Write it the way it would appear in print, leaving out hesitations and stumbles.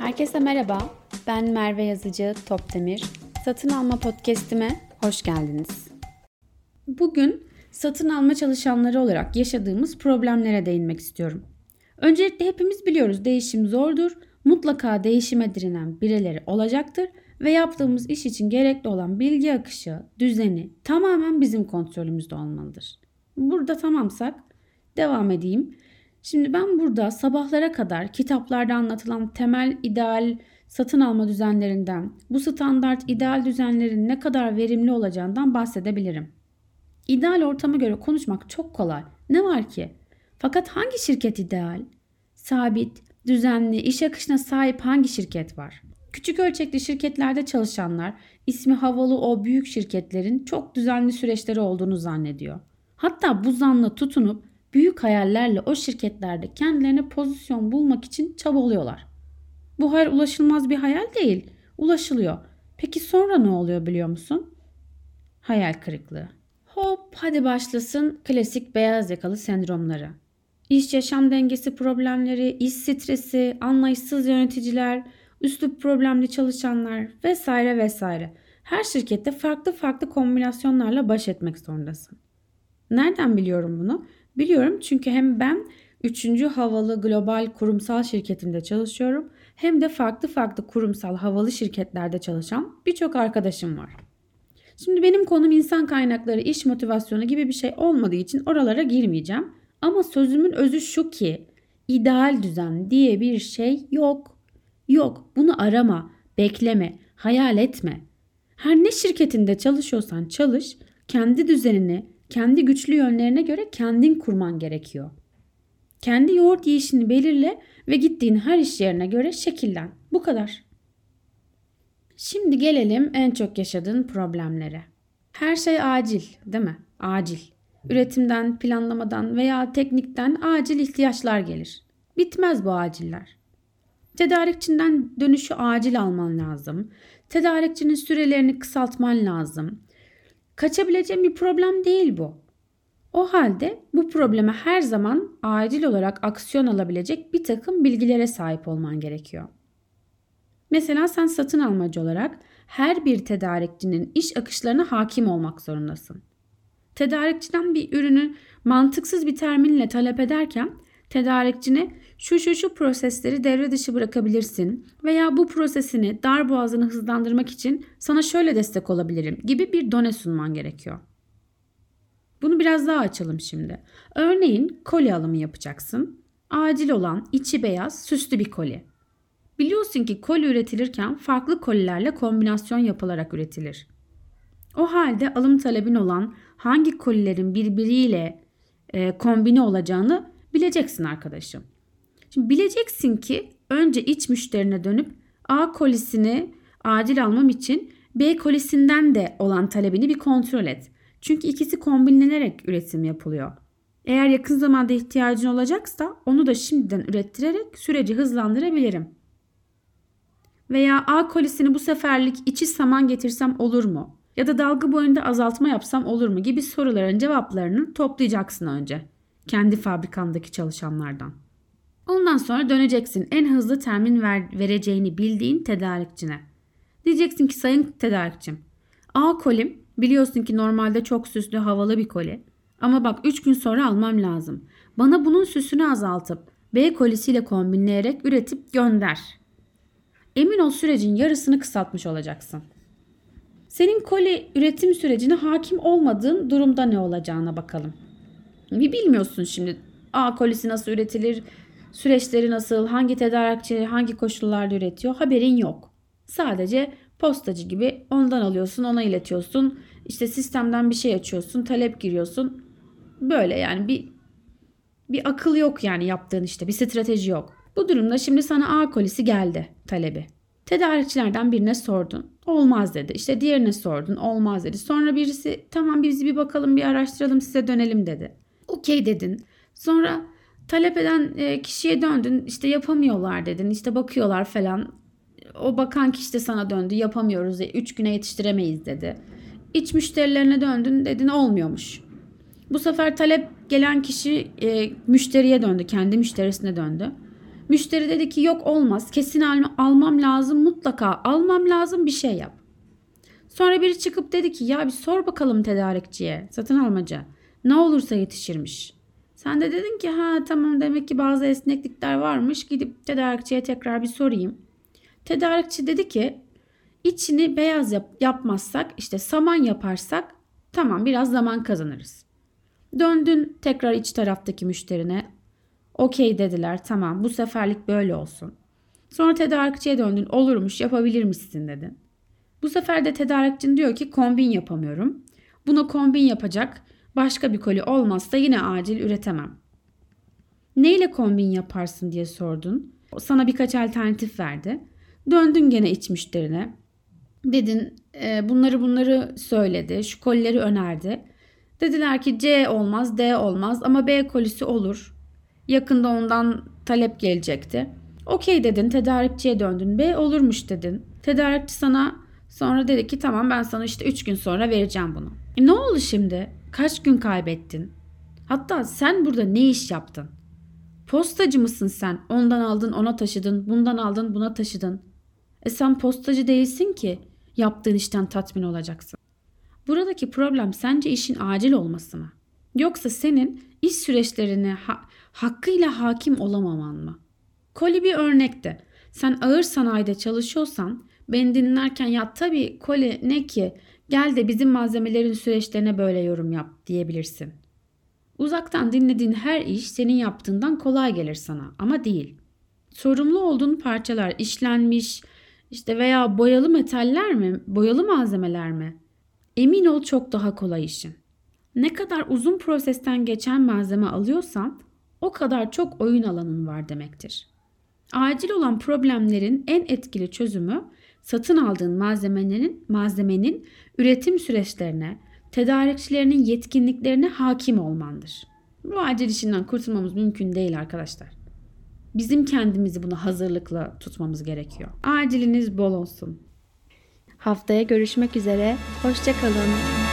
Herkese merhaba, ben Merve Yazıcı Topdemir. Satın alma podcast'ime hoş geldiniz. Bugün satın alma çalışanları olarak yaşadığımız problemlere değinmek istiyorum. Öncelikle hepimiz biliyoruz değişim zordur, mutlaka değişime direnen birileri olacaktır ve yaptığımız iş için gerekli olan bilgi akışı, düzeni tamamen bizim kontrolümüzde olmalıdır. Burada tamamsak devam edeyim. Şimdi ben burada sabahlara kadar kitaplarda anlatılan temel ideal satın alma düzenlerinden, bu standart ideal düzenlerin ne kadar verimli olacağından bahsedebilirim. İdeal ortama göre konuşmak çok kolay. Ne var ki? Fakat hangi şirket ideal? Sabit, düzenli, iş akışına sahip hangi şirket var? Küçük ölçekli şirketlerde çalışanlar ismi havalı o büyük şirketlerin çok düzenli süreçleri olduğunu zannediyor. Hatta bu zanla tutunup büyük hayallerle o şirketlerde kendilerine pozisyon bulmak için çabalıyorlar. Bu hayal ulaşılmaz bir hayal değil, ulaşılıyor. Peki sonra ne oluyor biliyor musun? Hayal kırıklığı. Hop hadi başlasın klasik beyaz yakalı sendromları. İş yaşam dengesi problemleri, iş stresi, anlayışsız yöneticiler, üslup problemli çalışanlar vesaire vesaire. Her şirkette farklı kombinasyonlarla baş etmek zorundasın. Nereden biliyorum bunu? Biliyorum çünkü hem ben 3. havalı global kurumsal şirketimde çalışıyorum hem de farklı kurumsal havalı şirketlerde çalışan birçok arkadaşım var. Şimdi benim konum insan kaynakları, iş motivasyonu gibi bir şey olmadığı için oralara girmeyeceğim. Ama sözümün özü şu ki ideal düzen diye bir şey yok. Yok, bunu arama, bekleme, hayal etme. Her ne şirketinde çalışıyorsan çalış, kendi düzenini, kendi güçlü yönlerine göre kendin kurman gerekiyor. Kendi yoğurt yiyişini belirle ve gittiğin her iş yerine göre şekillen. Bu kadar. Şimdi gelelim en çok yaşadığın problemlere. Her şey acil, değil mi? Acil. Üretimden, planlamadan veya teknikten acil ihtiyaçlar gelir. Bitmez bu aciller. Tedarikçinden dönüşü acil alman lazım. Tedarikçinin sürelerini kısaltman lazım. Kaçabileceğin bir problem değil bu. O halde bu probleme her zaman acil olarak aksiyon alabilecek bir takım bilgilere sahip olman gerekiyor. Mesela sen satın almacı olarak her bir tedarikçinin iş akışlarına hakim olmak zorundasın. Tedarikçiden bir ürünü mantıksız bir terminle talep ederken tedarikçine şu prosesleri devre dışı bırakabilirsin veya bu prosesini darboğazını hızlandırmak için sana şöyle destek olabilirim gibi bir done sunman gerekiyor. Bunu biraz daha açalım şimdi. Örneğin koli alımı yapacaksın. Acil olan içi beyaz süslü bir koli. Biliyorsun ki koli üretilirken farklı kolilerle kombinasyon yapılarak üretilir. O halde alım talebin olan hangi kolilerin birbiriyle kombine olacağını bileceksin arkadaşım. Şimdi bileceksin ki önce iç müşterine dönüp A kolisini acil almam için B kolisinden de olan talebini bir kontrol et. Çünkü ikisi kombinlenerek üretim yapılıyor. Eğer yakın zamanda ihtiyacın olacaksa onu da şimdiden ürettirerek süreci hızlandırabilirim. Veya A kolisini bu seferlik içi saman getirsem olur mu? Ya da dalga boyunda azaltma yapsam olur mu gibi soruların cevaplarını toplayacaksın önce. Kendi fabrikandaki çalışanlardan. Ondan sonra döneceksin en hızlı termin vereceğini bildiğin tedarikçine. Diyeceksin ki sayın tedarikçim, A kolim biliyorsun ki normalde çok süslü havalı bir koli. Ama bak 3 gün sonra almam lazım. Bana bunun süsünü azaltıp B kolisiyle kombinleyerek üretip gönder. Emin ol sürecin yarısını kısaltmış olacaksın. Senin koli üretim sürecine hakim olmadığın durumda ne olacağına bakalım. Bilmiyorsun şimdi A kolisi nasıl üretilir, süreçleri nasıl, hangi tedarikçi, hangi koşullarda üretiyor haberin yok. Sadece postacı gibi ondan alıyorsun, ona iletiyorsun. İşte sistemden bir şey açıyorsun, talep giriyorsun. Böyle yani bir akıl yok yani yaptığın işte bir strateji yok. Bu durumda şimdi sana A kolisi geldi talebi. Tedarikçilerden birine sordun. Olmaz dedi. İşte diğerine sordun. Olmaz dedi. Sonra birisi tamam biz bir bakalım bir araştıralım size dönelim dedi. Okey dedin. Sonra talep eden kişiye döndün. İşte yapamıyorlar dedin. İşte bakıyorlar falan. O bakan kişi de sana döndü. Yapamıyoruz. 3 güne yetiştiremeyiz dedi. İç müşterilerine döndün dedin olmuyormuş. Bu sefer talep gelen kişi müşteriye döndü. Kendi müşterisine döndü. Müşteri dedi ki yok olmaz, kesin almam lazım, mutlaka almam lazım, bir şey yap. Sonra biri çıkıp dedi ki ya bir sor bakalım tedarikçiye, satın almaca, ne olursa yetişirmiş. Sen de dedin ki ha tamam, demek ki bazı esneklikler varmış, gidip tedarikçiye tekrar bir sorayım. Tedarikçi dedi ki içini beyaz yapmazsak, işte saman yaparsak tamam, biraz zaman kazanırız. Döndün tekrar iç taraftaki müşterine, okey dediler, tamam bu seferlik böyle olsun. Sonra tedarikçiye döndün, olurmuş, yapabilir misin dedin. Bu sefer de tedarikçin diyor ki kombin yapamıyorum. Buna kombin yapacak başka bir koli olmazsa yine acil üretemem. Neyle kombin yaparsın diye sordun. Sana birkaç alternatif verdi. Döndün gene iç müşterine. Dedin bunları söyledi. Şu kolileri önerdi. Dediler ki C olmaz, D olmaz ama B kolisi olur. Yakında ondan talep gelecekti. Okey dedin, tedarikçiye döndün. B olurmuş dedin. Tedarikçi sana sonra dedi ki tamam, ben sana işte 3 gün sonra vereceğim bunu. Ne oldu şimdi? Kaç gün kaybettin? Hatta sen burada ne iş yaptın? Postacı mısın sen? Ondan aldın ona taşıdın, bundan aldın buna taşıdın. Sen postacı değilsin ki yaptığın işten tatmin olacaksın. Buradaki problem sence işin acil olması mı? Yoksa senin iş süreçlerine hakkıyla hakim olamaman mı? Koli bir örnekti. Sen ağır sanayide çalışıyorsan beni dinlerken ya tabii koli ne ki, gel de bizim malzemelerin süreçlerine böyle yorum yap diyebilirsin. Uzaktan dinlediğin her iş senin yaptığından kolay gelir sana ama değil. Sorumlu olduğun parçalar işlenmiş işte veya boyalı metaller mi, boyalı malzemeler mi? Emin ol çok daha kolay işin. Ne kadar uzun prosesten geçen malzeme alıyorsan o kadar çok oyun alanın var demektir. Acil olan problemlerin en etkili çözümü satın aldığın malzemenin üretim süreçlerine, tedarikçilerinin yetkinliklerine hakim olmandır. Bu acil işinden kurtulmamız mümkün değil arkadaşlar. Bizim kendimizi buna hazırlıkla tutmamız gerekiyor. Aciliniz bol olsun. Haftaya görüşmek üzere. Hoşça kalın.